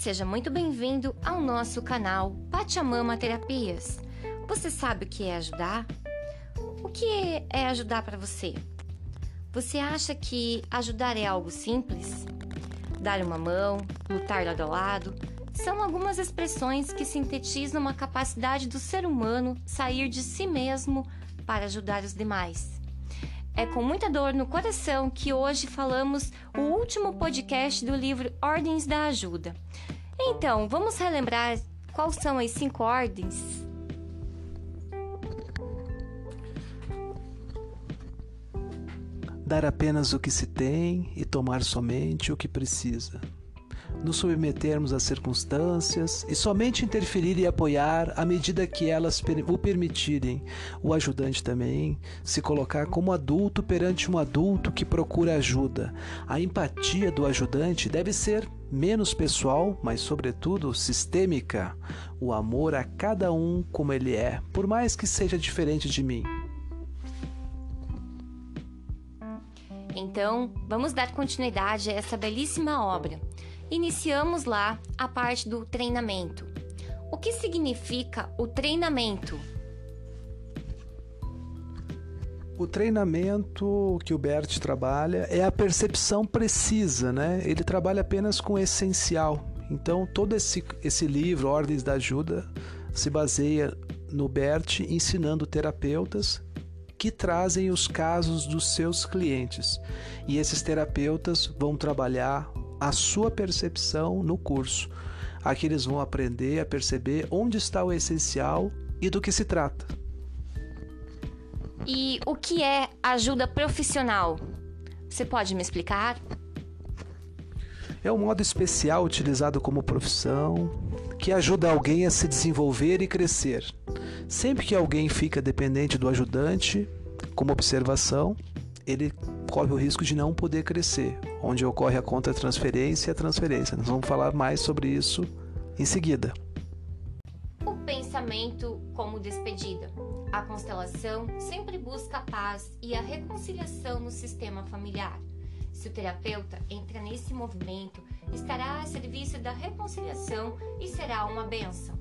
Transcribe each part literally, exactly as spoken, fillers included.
Seja muito bem-vindo ao nosso canal Pachamama Terapias. Você sabe o que é ajudar? O que é ajudar para você? Você acha que ajudar é algo simples? Dar uma mão, lutar lado a lado, são algumas expressões que sintetizam a capacidade do ser humano sair de si mesmo para ajudar os demais. É com muita dor no coração que hoje falamos o último podcast do livro Ordens da Ajuda. Então, vamos relembrar quais são as cinco ordens? Dar apenas o que se tem e tomar somente o que precisa. Nos submetermos às circunstâncias e somente interferir e apoiar à medida que elas o permitirem. O ajudante também se colocar como adulto perante um adulto que procura ajuda. A empatia do ajudante deve ser menos pessoal, mas sobretudo sistêmica. O amor a cada um como ele é, por mais que seja diferente de mim. Então, vamos dar continuidade a essa belíssima obra. Iniciamos lá a parte do treinamento. O que significa o treinamento? O treinamento que o Bert trabalha é a percepção precisa, né? Ele trabalha apenas com o essencial. Então, todo esse, esse livro, Ordens da Ajuda, se baseia no Bert ensinando terapeutas que trazem os casos dos seus clientes. E esses terapeutas vão trabalhar a sua percepção no curso. Aqui eles vão aprender a perceber onde está o essencial e do que se trata. E o que é ajuda profissional? Você pode me explicar? É um modo especial utilizado como profissão que ajuda alguém a se desenvolver e crescer. Sempre que alguém fica dependente do ajudante, como observação, ele corre o risco de não poder crescer, onde ocorre a contra-transferência e a transferência. Nós vamos falar mais sobre isso em seguida. O pensamento como despedida. A constelação sempre busca a paz e a reconciliação no sistema familiar. Se o terapeuta entra nesse movimento, estará a serviço da reconciliação e será uma bênção.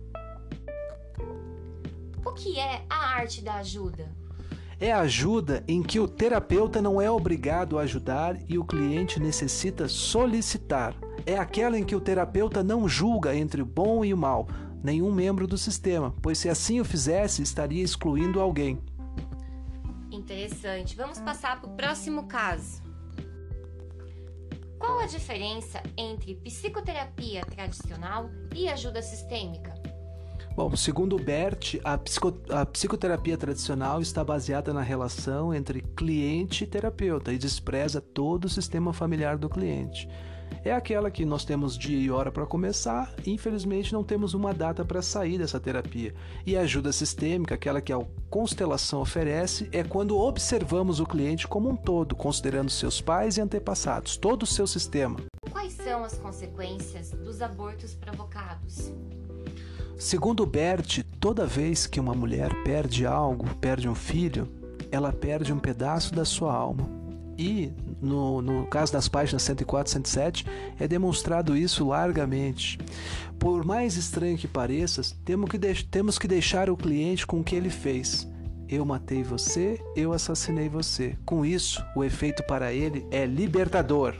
O que é a arte da ajuda? É a ajuda em que o terapeuta não é obrigado a ajudar e o cliente necessita solicitar. É aquela em que o terapeuta não julga entre o bom e o mal, nenhum membro do sistema, pois se assim o fizesse, estaria excluindo alguém. Interessante. Vamos passar para o próximo caso. Qual a diferença entre psicoterapia tradicional e ajuda sistêmica? Bom, segundo o Bert, a, psico, a psicoterapia tradicional está baseada na relação entre cliente e terapeuta e despreza todo o sistema familiar do cliente. É aquela que nós temos dia e hora para começar e infelizmente não temos uma data para sair dessa terapia. E a ajuda sistêmica, aquela que a constelação oferece, é quando observamos o cliente como um todo, considerando seus pais e antepassados, todo o seu sistema. Quais são as consequências dos abortos provocados? Segundo Bert, toda vez que uma mulher perde algo, perde um filho, ela perde um pedaço da sua alma. E, no, no caso das páginas cento e quatro e cento e sete, é demonstrado isso largamente. Por mais estranho que pareça, temos que, de- temos que deixar o cliente com o que ele fez. Eu matei você, eu assassinei você. Com isso, o efeito para ele é libertador.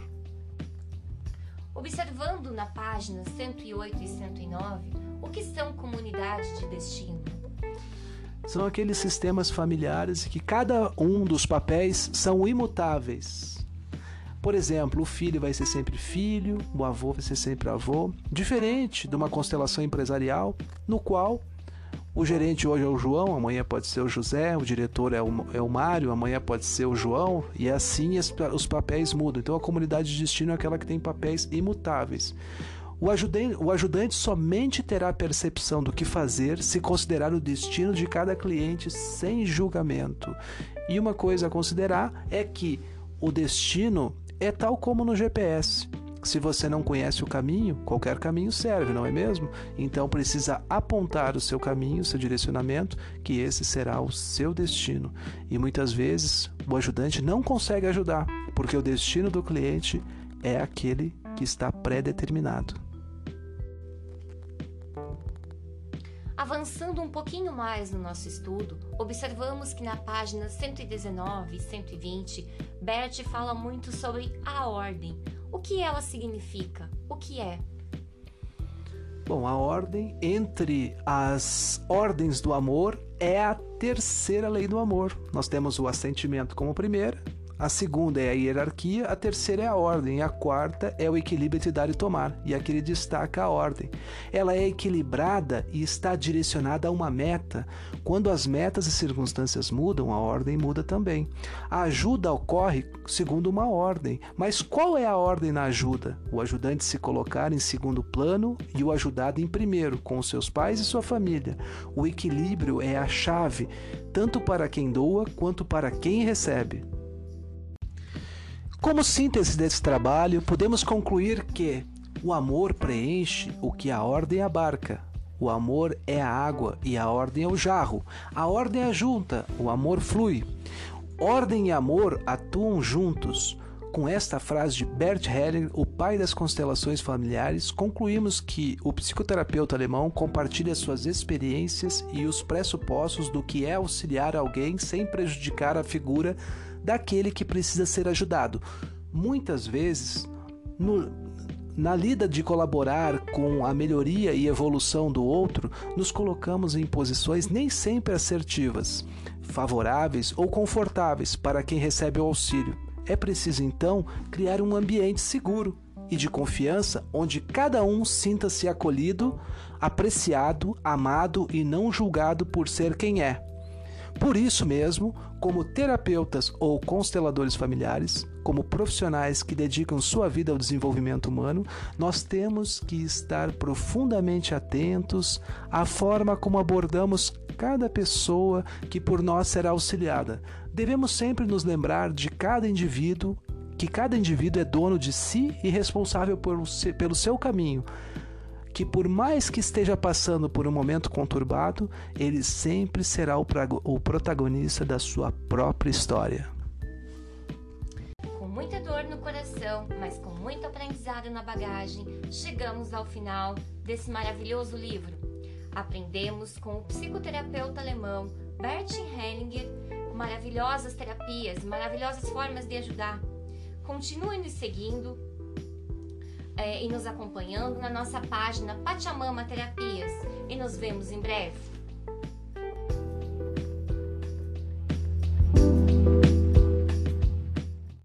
Observando na página cento e oito e cento e nove, o que são comunidades de destino? São aqueles sistemas familiares que cada um dos papéis são imutáveis. Por exemplo, o filho vai ser sempre filho, o avô vai ser sempre avô, diferente de uma constelação empresarial, no qual o gerente hoje é o João, amanhã pode ser o José, o diretor é o, é o Mário, amanhã pode ser o João, e assim as, os papéis mudam. Então a comunidade de destino é aquela que tem papéis imutáveis. O ajudante, o ajudante somente terá percepção do que fazer se considerar o destino de cada cliente sem julgamento. E uma coisa a considerar é que o destino é tal como no G P S. Se você não conhece o caminho, qualquer caminho serve, não é mesmo? Então precisa apontar o seu caminho, o seu direcionamento, que esse será o seu destino. E muitas vezes o ajudante não consegue ajudar, porque o destino do cliente é aquele que está pré-determinado. Avançando um pouquinho mais no nosso estudo, observamos que na página cento e dezenove e cento e vinte, Bert fala muito sobre a ordem. O que ela significa? O que é? Bom, a ordem entre as ordens do amor é a terceira lei do amor. Nós temos o assentimento como primeira, a segunda é a hierarquia, a terceira é a ordem, e a quarta é o equilíbrio entre dar e tomar. E aqui ele destaca a ordem. Ela é equilibrada e está direcionada a uma meta. Quando as metas e circunstâncias mudam, a ordem muda também. A ajuda ocorre segundo uma ordem. Mas qual é a ordem na ajuda? O ajudante se colocar em segundo plano e o ajudado em primeiro, com os seus pais e sua família. O equilíbrio é a chave, tanto para quem doa quanto para quem recebe. Como síntese desse trabalho, podemos concluir que o amor preenche o que a ordem abarca. O amor é a água e a ordem é o jarro. A ordem é junta, o amor flui. Ordem e amor atuam juntos. Com esta frase de Bert Hellinger, o pai das constelações familiares, concluímos que o psicoterapeuta alemão compartilha suas experiências e os pressupostos do que é auxiliar alguém sem prejudicar a figura daquele que precisa ser ajudado. Muitas vezes, no, na lida de colaborar com a melhoria e evolução do outro, nos colocamos em posições nem sempre assertivas, favoráveis ou confortáveis para quem recebe o auxílio. É preciso, então, criar um ambiente seguro e de confiança onde cada um sinta-se acolhido, apreciado, amado e não julgado por ser quem é. Por isso mesmo, como terapeutas ou consteladores familiares, como profissionais que dedicam sua vida ao desenvolvimento humano, nós temos que estar profundamente atentos à forma como abordamos cada pessoa que por nós será auxiliada. Devemos sempre nos lembrar de cada indivíduo, que cada indivíduo é dono de si e responsável por, pelo seu caminho, que por mais que esteja passando por um momento conturbado, ele sempre será o, o protagonista da sua própria história. Com muita dor no coração, mas com muito aprendizado na bagagem, chegamos ao final desse maravilhoso livro. Aprendemos com o psicoterapeuta alemão Bert Hellinger maravilhosas terapias, maravilhosas formas de ajudar. Continue nos seguindo é, e nos acompanhando na nossa página Pachamama Terapias e nos vemos em breve.